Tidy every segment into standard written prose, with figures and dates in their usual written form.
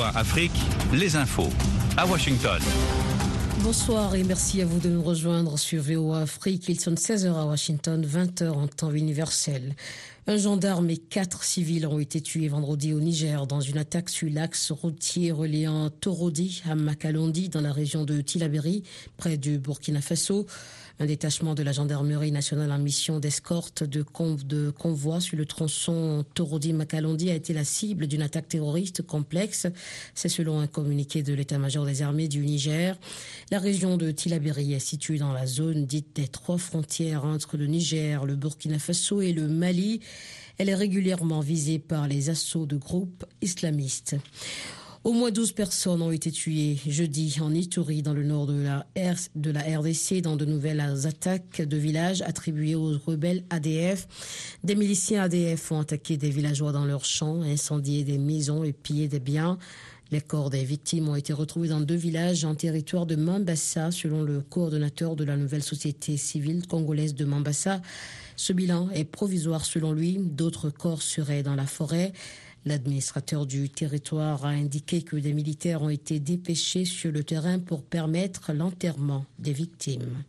VOA Afrique, les infos à Washington. Bonsoir et merci à vous de nous rejoindre sur VOA Afrique. Il sonne 16h à Washington, 20h en temps universel. Un gendarme et 4 civils ont été tués vendredi au Niger dans une attaque sur l'axe routier reliant Torodi à Makalondi dans la région de Tillabéri, près du Burkina Faso. Un détachement de la gendarmerie nationale en mission d'escorte de convoi sur le tronçon Torodi-Makalondi a été la cible d'une attaque terroriste complexe. C'est selon un communiqué de l'état-major des armées du Niger. La région de Tillabéri est située dans la zone dite des 3 frontières entre le Niger, le Burkina Faso et le Mali. Elle est régulièrement visée par les assauts de groupes islamistes. Au moins 12 personnes ont été tuées jeudi en Ituri, dans le nord de la RDC, dans de nouvelles attaques de villages attribuées aux rebelles ADF. Des miliciens ADF ont attaqué des villageois dans leurs champs, incendié des maisons et pillé des biens. Les corps des victimes ont été retrouvés dans 2 villages en territoire de Mambasa, selon le coordonnateur de la nouvelle société civile congolaise de Mambasa. Ce bilan est provisoire selon lui. D'autres corps seraient dans la forêt. L'administrateur du territoire a indiqué que des militaires ont été dépêchés sur le terrain pour permettre l'enterrement des victimes.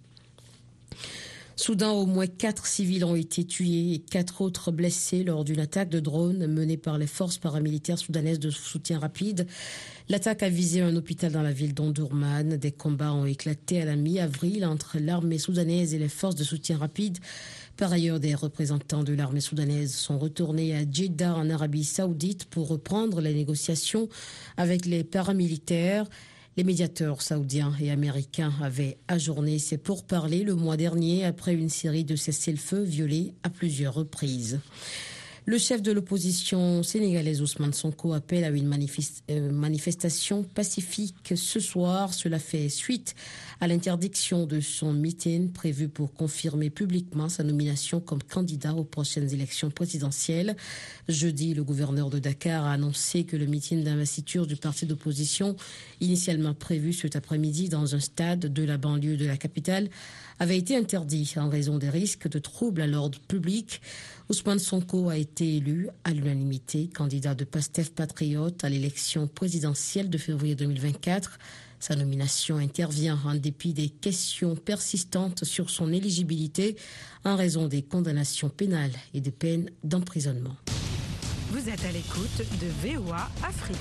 Soudan, au moins 4 civils ont été tués et 4 autres blessés lors d'une attaque de drone menée par les forces paramilitaires soudanaises de soutien rapide. L'attaque a visé un hôpital dans la ville d'Omdurman. Des combats ont éclaté à la mi-avril entre l'armée soudanaise et les forces de soutien rapide. Par ailleurs, des représentants de l'armée soudanaise sont retournés à Jeddah en Arabie Saoudite pour reprendre les négociations avec les paramilitaires. Les médiateurs saoudiens et américains avaient ajourné ces pourparlers le mois dernier après une série de cessez-le-feu violés à plusieurs reprises. Le chef de l'opposition sénégalaise Ousmane Sonko appelle à une manifestation pacifique ce soir. Cela fait suite à l'interdiction de son meeting prévu pour confirmer publiquement sa nomination comme candidat aux prochaines élections présidentielles. Jeudi, le gouverneur de Dakar a annoncé que le meeting d'investiture du parti d'opposition, initialement prévu cet après-midi dans un stade de la banlieue de la capitale, avait été interdit en raison des risques de troubles à l'ordre public. Ousmane Sonko a été élu à l'unanimité candidat de Pastef Patriote à l'élection présidentielle de février 2024. Sa nomination intervient en dépit des questions persistantes sur son éligibilité en raison des condamnations pénales et des peines d'emprisonnement. Vous êtes à l'écoute de VOA Afrique.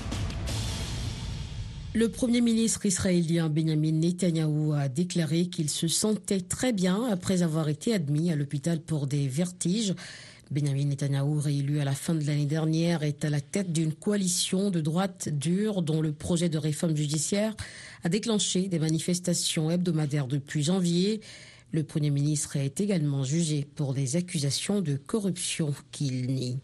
Le Premier ministre israélien Benjamin Netanyahou a déclaré qu'il se sentait très bien après avoir été admis à l'hôpital pour des vertiges. Benjamin Netanyahou, réélu à la fin de l'année dernière, est à la tête d'une coalition de droite dure dont le projet de réforme judiciaire a déclenché des manifestations hebdomadaires depuis janvier. Le Premier ministre est également jugé pour des accusations de corruption qu'il nie.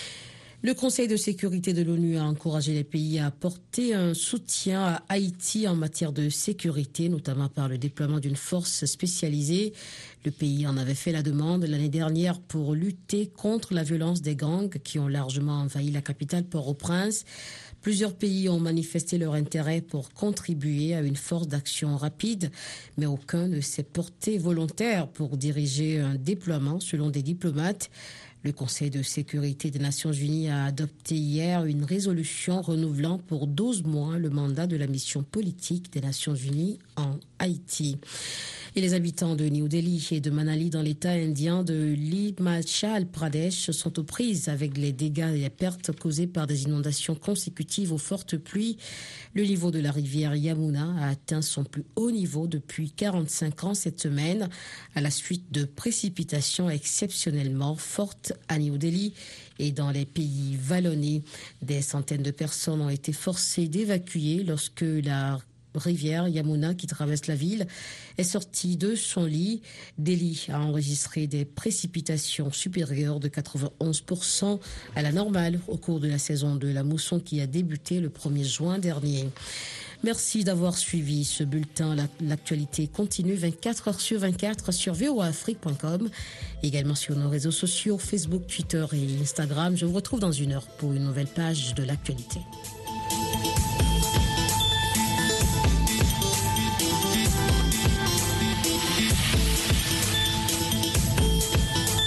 Le Conseil de sécurité de l'ONU a encouragé les pays à apporter un soutien à Haïti en matière de sécurité, notamment par le déploiement d'une force spécialisée. Le pays en avait fait la demande l'année dernière pour lutter contre la violence des gangs qui ont largement envahi la capitale Port-au-Prince. Plusieurs pays ont manifesté leur intérêt pour contribuer à une force d'action rapide, mais aucun ne s'est porté volontaire pour diriger un déploiement, selon des diplomates. Le Conseil de sécurité des Nations Unies a adopté hier une résolution renouvelant pour 12 mois le mandat de la mission politique des Nations Unies en Haïti. Et les habitants de New Delhi et de Manali dans l'État indien de l'Himachal Pradesh sont aux prises avec les dégâts et les pertes causées par des inondations consécutives aux fortes pluies. Le niveau de la rivière Yamuna a atteint son plus haut niveau depuis 45 ans cette semaine, à la suite de précipitations exceptionnellement fortes à New Delhi et dans les pays vallonnés. Des centaines de personnes ont été forcées d'évacuer lorsque la rivière Yamuna, qui traverse la ville, est sortie de son lit. Delhi a enregistré des précipitations supérieures de 91% à la normale au cours de la saison de la mousson qui a débuté le 1er juin dernier. Merci d'avoir suivi ce bulletin. L'actualité continue 24 heures sur 24 sur voaafrique.com, également sur nos réseaux sociaux, Facebook, Twitter et Instagram. Je vous retrouve dans 1 heure pour une nouvelle page de l'actualité.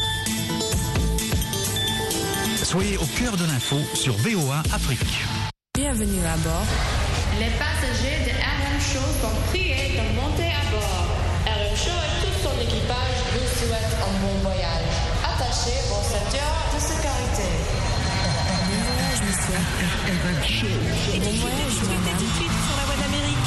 Soyez au cœur de l'info sur VOA Afrique. Bienvenue à bord. Les passagers de RM Show sont priés de monter à bord. RM Show et tout son équipage vous souhaitent un bon voyage. Attachez vos ceintures de sécurité. Bon voyage, monsieur. RM Show. Bon voyage, madame. Tout de suite sur la voie d'Amérique.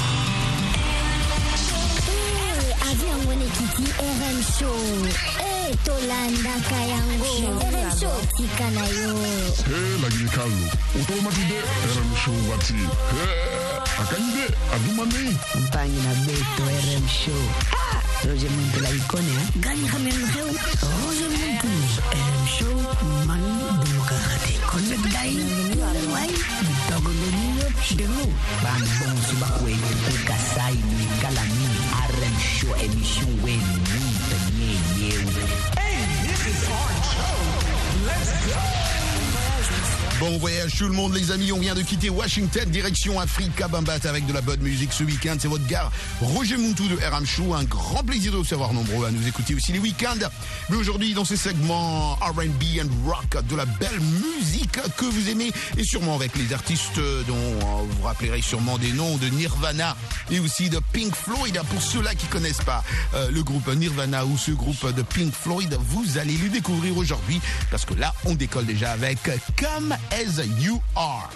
Avion Wenekiti RM Show. Tolanda Kayango. RM Show Tikanayo. La Guinée Calme. Automatique RM Show Wati. Akande Adumani. Compagnie na Beto RM Show. Roger Muntu la icône, hein? Gagne Hamel Reu. Roger Muntu. RM Show. Manu Dumukahate. Connect Dai. Wai. Dogo Lelio. Demo. Bang Bon Subakwe. Kasai. Kalami. RM Show. Émission Wen. Bon voyage tout le monde les amis, on vient de quitter Washington, direction Africa Bambat avec de la bonne musique ce week-end. C'est votre gars Roger Muntu de RM Show, un grand plaisir de vous savoir nombreux à nous écouter aussi les week-ends. Mais aujourd'hui dans ces segments R&B and rock, de la belle musique que vous aimez et sûrement avec les artistes dont vous vous rappellerez sûrement des noms de Nirvana et aussi de Pink Floyd. Pour ceux-là qui connaissent pas le groupe Nirvana ou ce groupe de Pink Floyd, vous allez le découvrir aujourd'hui parce que là on décolle déjà avec Come As You Are.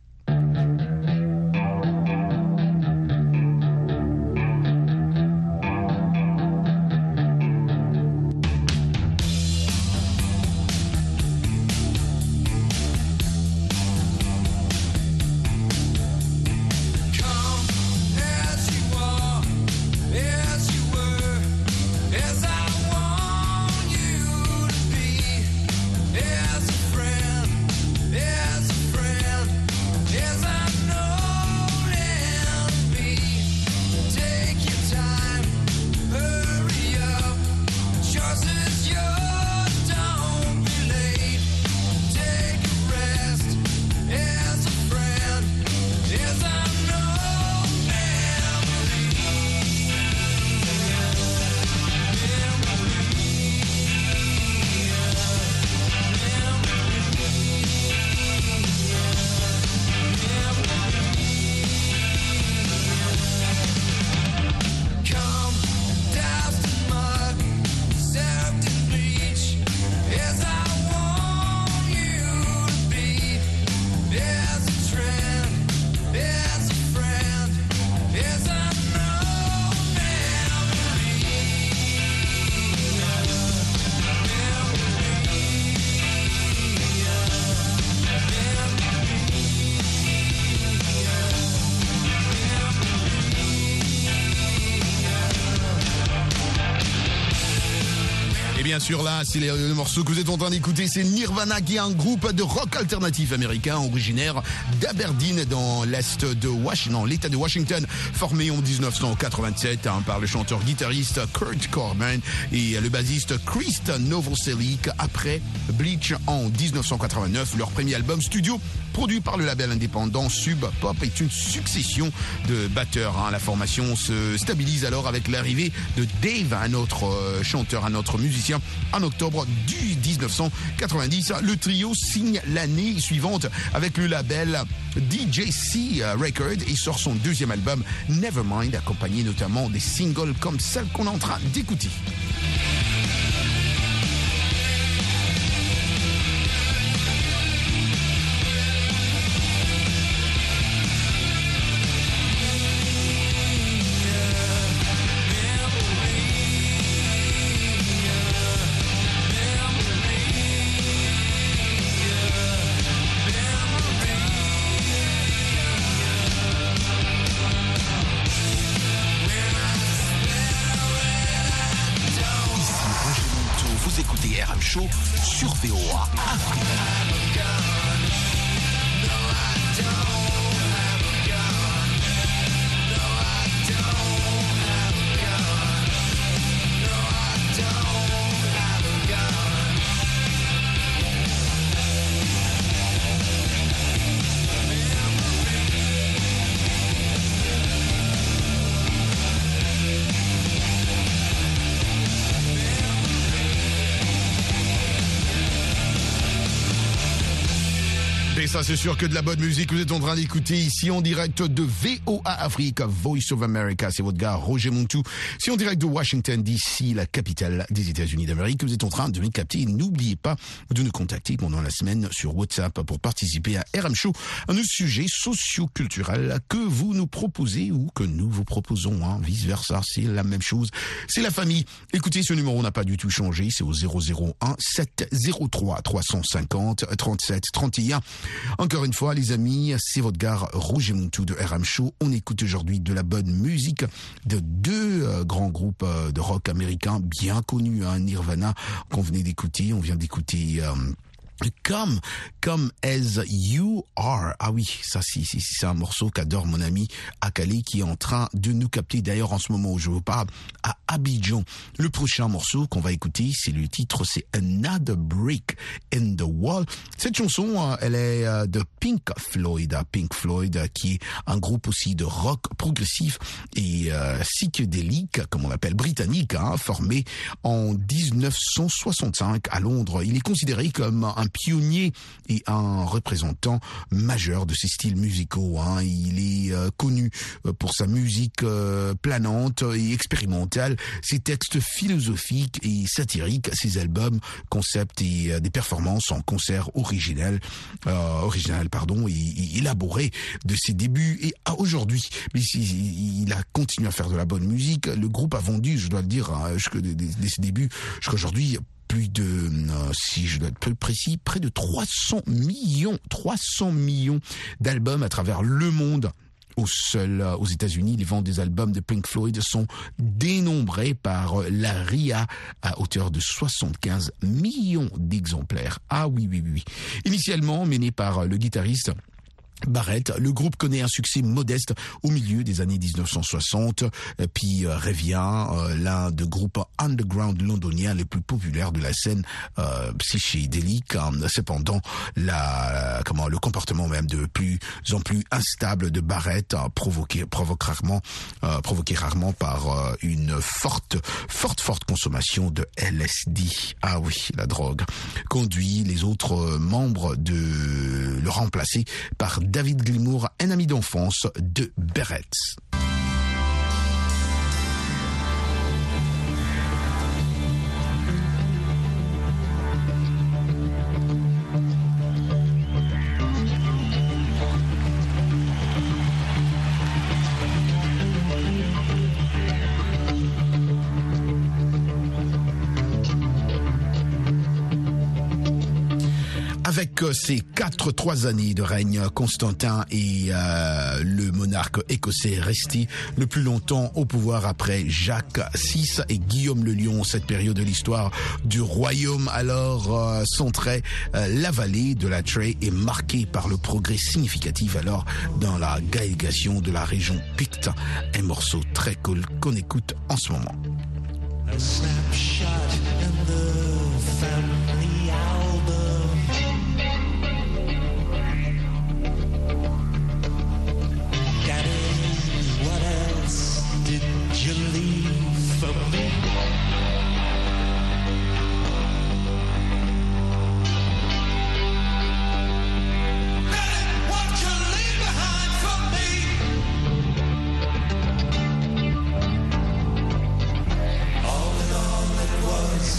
Bien sûr, là, c'est le morceau que vous êtes en train d'écouter, c'est Nirvana, qui est un groupe de rock alternatif américain originaire d'Aberdeen dans l'est de Washington, l'État de Washington, formé en 1987 par le chanteur-guitariste Kurt Cobain et le bassiste Chris Novoselic. Après Bleach en 1989, leur premier album studio produit par le label indépendant Sub Pop est une succession de batteurs. La formation se stabilise alors avec l'arrivée de Dave, un autre chanteur, un autre musicien, en octobre 1990. Le trio signe l'année suivante avec le label DJC Records et sort son deuxième album Nevermind, accompagné notamment des singles comme celle qu'on est en train d'écouter. Show sur VOA Afrique. Et ça, c'est sûr que de la bonne musique vous êtes en train d'écouter ici en direct de VOA Afrique, Voice of America. C'est votre gars Roger Montou. C'est en direct de Washington DC, la capitale des États-Unis d'Amérique. Vous êtes en train de nous capter. N'oubliez pas de nous contacter pendant la semaine sur WhatsApp pour participer à RM Show, un sujet socio-culturel que vous nous proposez ou que nous vous proposons. Vice versa, c'est la même chose. C'est la famille. Écoutez, ce numéro n'a pas du tout changé. C'est au 001 703 350 37 31. Encore une fois, les amis, c'est votre gars Roger Montou de RM Show. On écoute aujourd'hui de la bonne musique de deux grands groupes de rock américains bien connus, Nirvana qu'on venait d'écouter. On vient d'écouter Come As You Are. Ah oui, ça c'est un morceau qu'adore mon ami Akali qui est en train de nous capter d'ailleurs en ce moment où je vous parle à Abidjan. Le prochain morceau qu'on va écouter, c'est le titre, c'est Another Brick in the Wall. Cette chanson, elle est de Pink Floyd. Pink Floyd qui est un groupe aussi de rock progressif et psychédélique, comme on l'appelle, britannique, formé en 1965 à Londres. Il est considéré comme un pionnier et un représentant majeur de ces styles musicaux. Il est connu pour sa musique planante et expérimentale, ses textes philosophiques et satiriques, ses albums, concepts et des performances en concert originales, et élaborés de ses débuts et à aujourd'hui. Mais il a continué à faire de la bonne musique. Le groupe a vendu, je dois le dire, dès ses débuts, jusqu'à aujourd'hui, plus de, si je dois être plus précis, près de 300 millions d'albums à travers le monde. Aux États-Unis, les ventes des albums de Pink Floyd sont dénombrées par la RIA à hauteur de 75 millions d'exemplaires. Ah oui. Initialement mené par le guitariste Barrett, le groupe connaît un succès modeste au milieu des années 1960, puis revient l'un des groupes underground londoniens les plus populaires de la scène psychédélique. Cependant, le comportement même de plus en plus instable de Barrett, provoqué rarement par une forte consommation de LSD. Ah oui, la drogue conduit les autres membres de le remplacer par David Gilmour, un ami d'enfance de Barrett. Avec ses 3 années de règne, Constantin est le monarque écossais resté le plus longtemps au pouvoir après Jacques VI et Guillaume le Lion. Cette période de l'histoire du royaume alors centrée, la vallée de la Trey est marquée par le progrès significatif alors dans la gaélisation de la région Picte. Un morceau très cool qu'on écoute en ce moment. A snapshot in the family album. You leave for me. What you leave behind for me. All in all, it was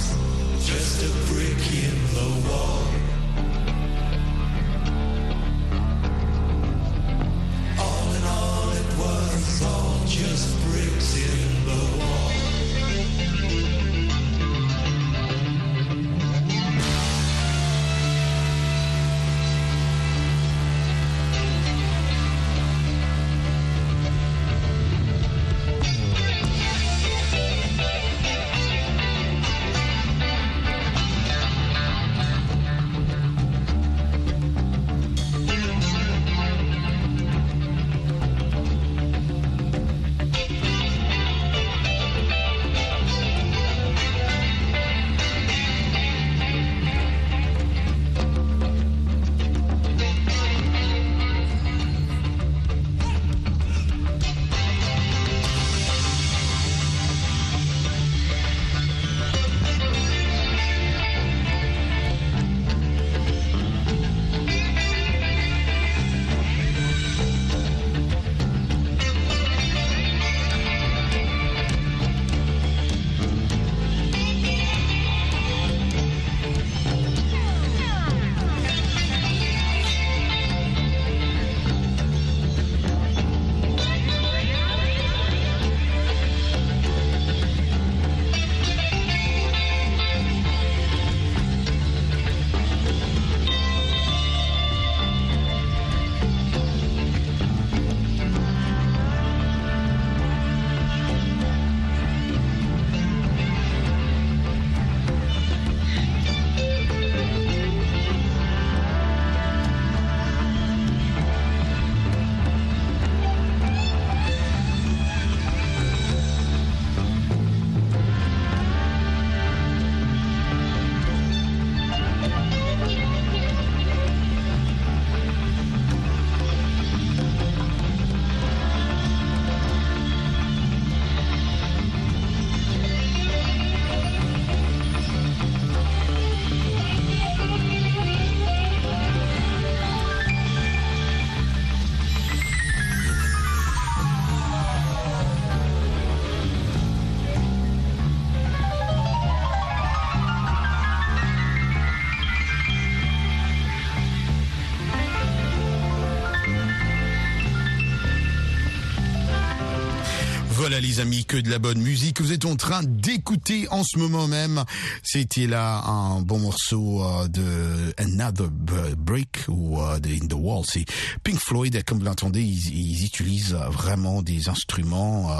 Voilà les amis, que de la bonne musique que vous êtes en train d'écouter en ce moment même. C'était là un bon morceau de Another Break ou de In the Wall. C'est Pink Floyd, comme vous l'entendez, ils utilisent vraiment des instruments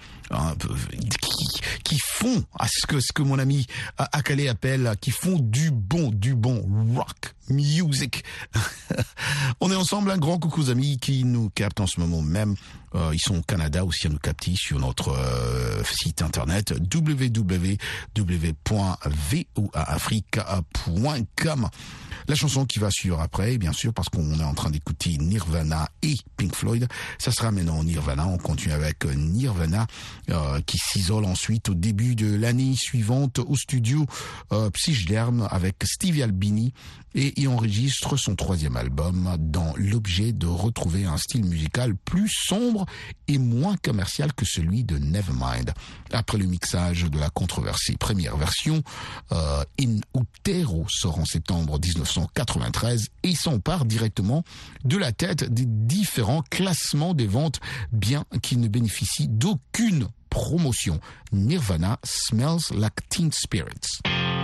qui font à ce que mon ami Akale appelle, qui font du bon rock music. On est ensemble, un grand coucou aux amis qui nous captent en ce moment même. Ils sont au Canada aussi à nous capter sur notre site internet www.voaafrica.com. La chanson qui va suivre après, bien sûr, parce qu'on est en train d'écouter Nirvana et Pink Floyd. Ça sera maintenant Nirvana. On continue avec Nirvana qui s'isole ensuite au début de l'année suivante au studio Psychderm avec Stevie Albini et il enregistre son 3e album dans l'objet de retrouver un style musical plus sombre et moins commercial que celui de Nevermind. Après le mixage de la controversée première version, In Utero sort en septembre 1993 et s'empare directement de la tête des différents classements des ventes, bien qu'il ne bénéficie d'aucune promotion. Nirvana Smells Like Teen Spirits.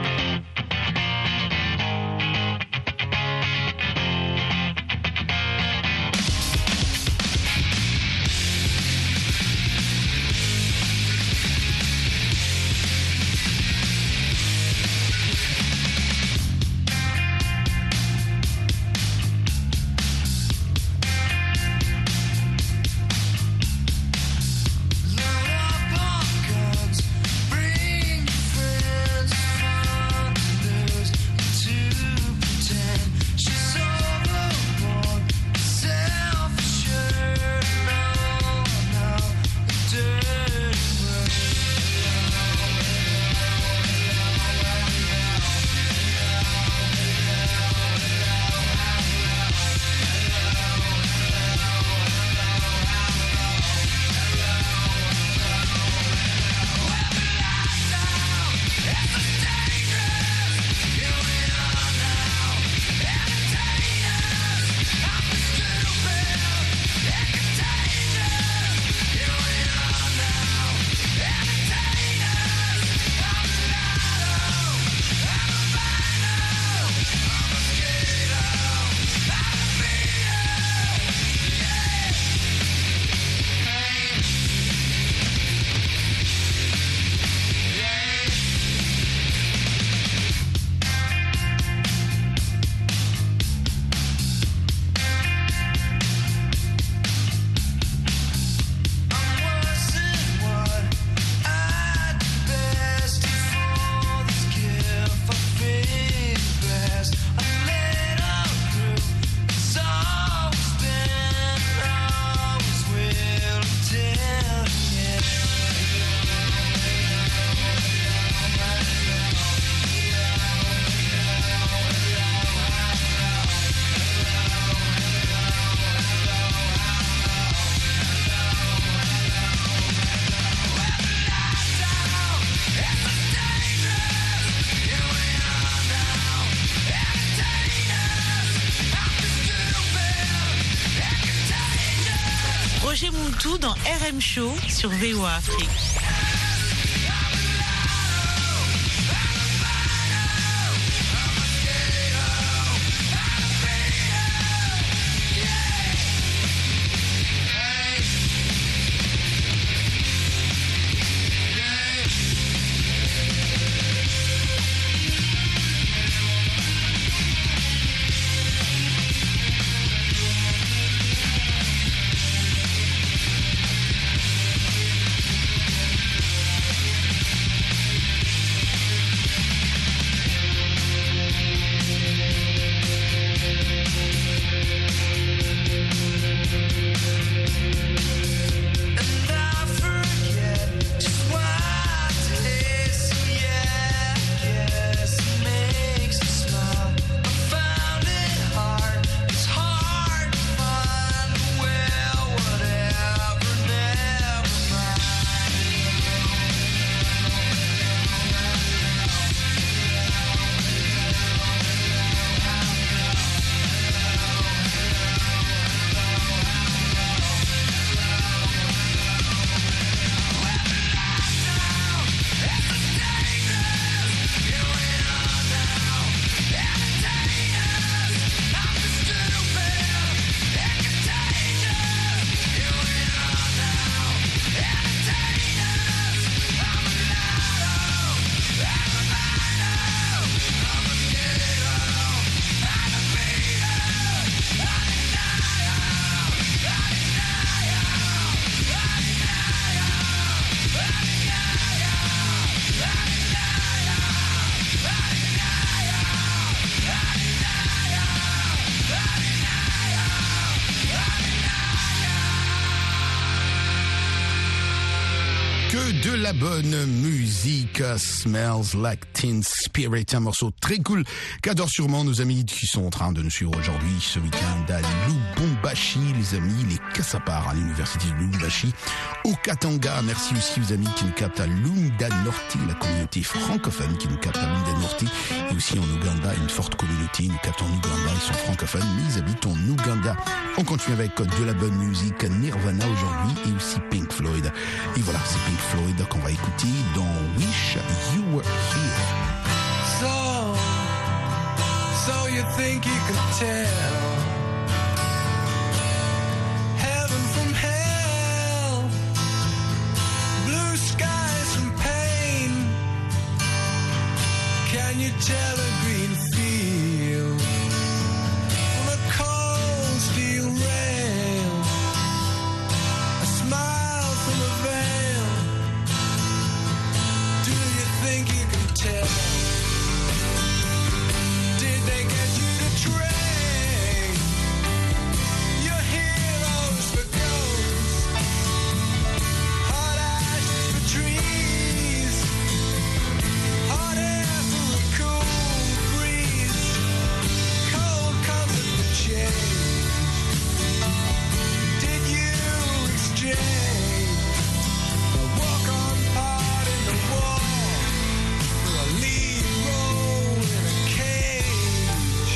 Roger Montou dans RM Show sur VOA Afrique. de la bonne musique. Smells Like Teen Spirit, un morceau très cool qu'adorent sûrement nos amis qui sont en train de nous suivre aujourd'hui ce week-end à Lubumbashi, les amis, les Cassapars à l'université de Lubumbashi, au Katanga. Merci aussi aux amis qui nous captent à Lunda Norte, la communauté francophone qui nous capte à Lunda Norte, et aussi en Ouganda, une forte communauté nous capte en Ouganda, ils sont francophones mais ils habitent en Ouganda. On continue avec de la bonne musique, Nirvana aujourd'hui et aussi Pink Floyd. Et voilà, c'est Pink Floyd qu'on va écouter dans Wish You Were Here. So you think you could tell heaven from hell, blue skies from pain? Can you tell a green field from a cold steel rail, a smile from a veil? Do you think you can tell? Did they get you to train your heroes for ghosts, hot ashes for trees, hot air for a cool breeze, cold comfort for change? Did you exchange the walk-on part in the wall for a lead role in a cage?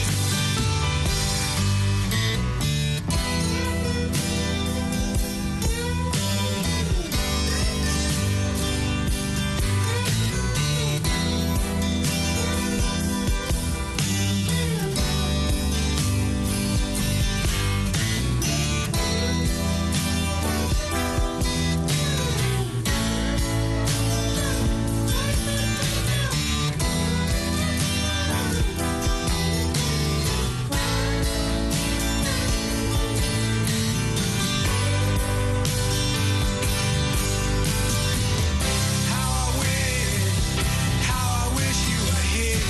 How I wish you were here.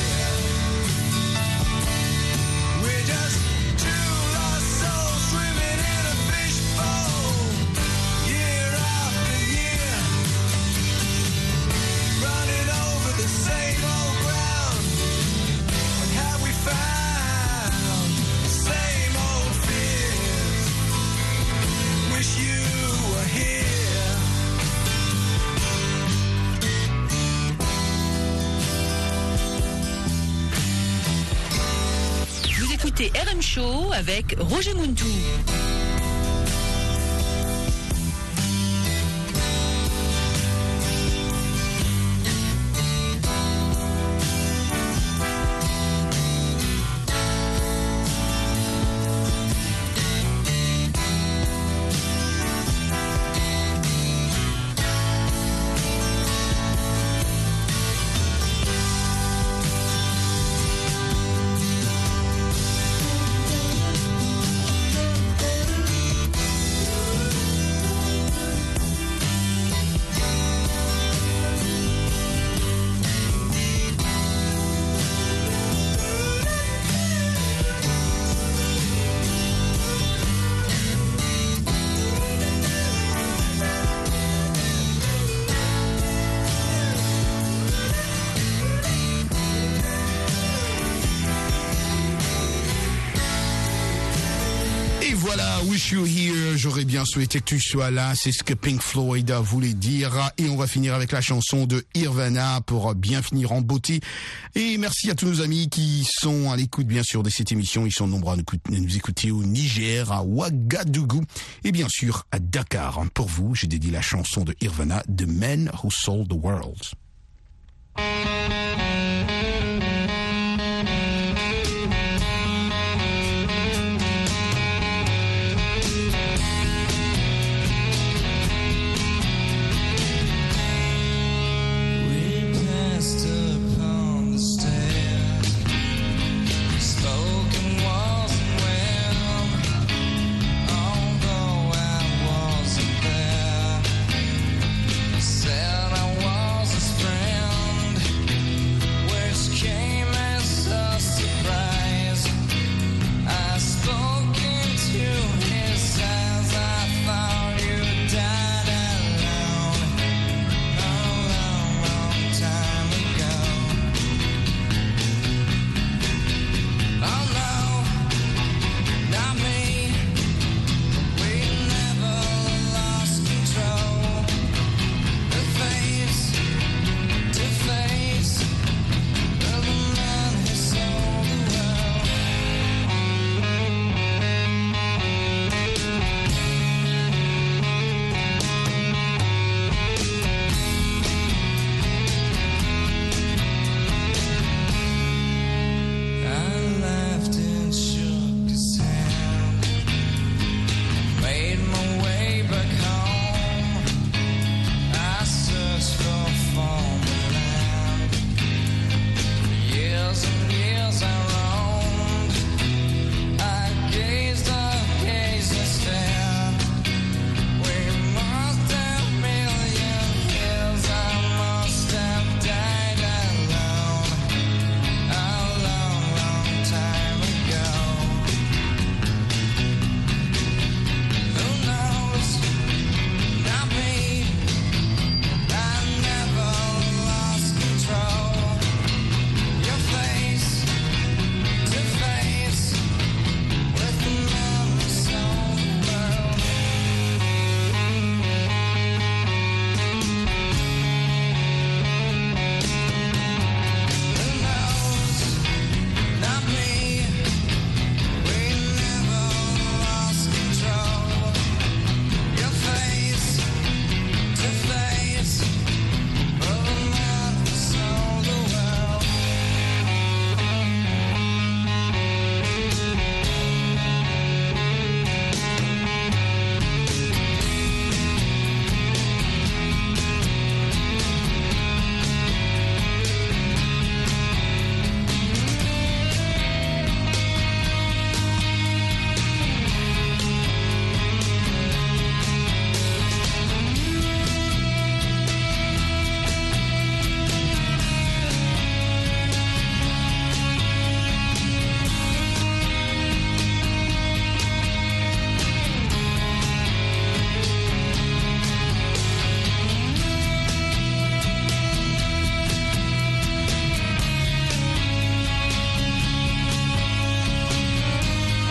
We're just two lost souls swimming in a fishbowl, year after year, running over the same old ground. What have we found? The same old fears. Wish you were here. Vous écoutez RM Show avec Roger Muntou. Et voilà, Wish You Here, j'aurais bien souhaité que tu sois là, c'est ce que Pink Floyd voulait dire. Et on va finir avec la chanson de Nirvana pour bien finir en beauté. Et merci à tous nos amis qui sont à l'écoute bien sûr de cette émission. Ils sont nombreux à nous écouter au Niger, à Ouagadougou et bien sûr à Dakar. Pour vous, j'ai dédié la chanson de Nirvana, The Man Who Sold the World.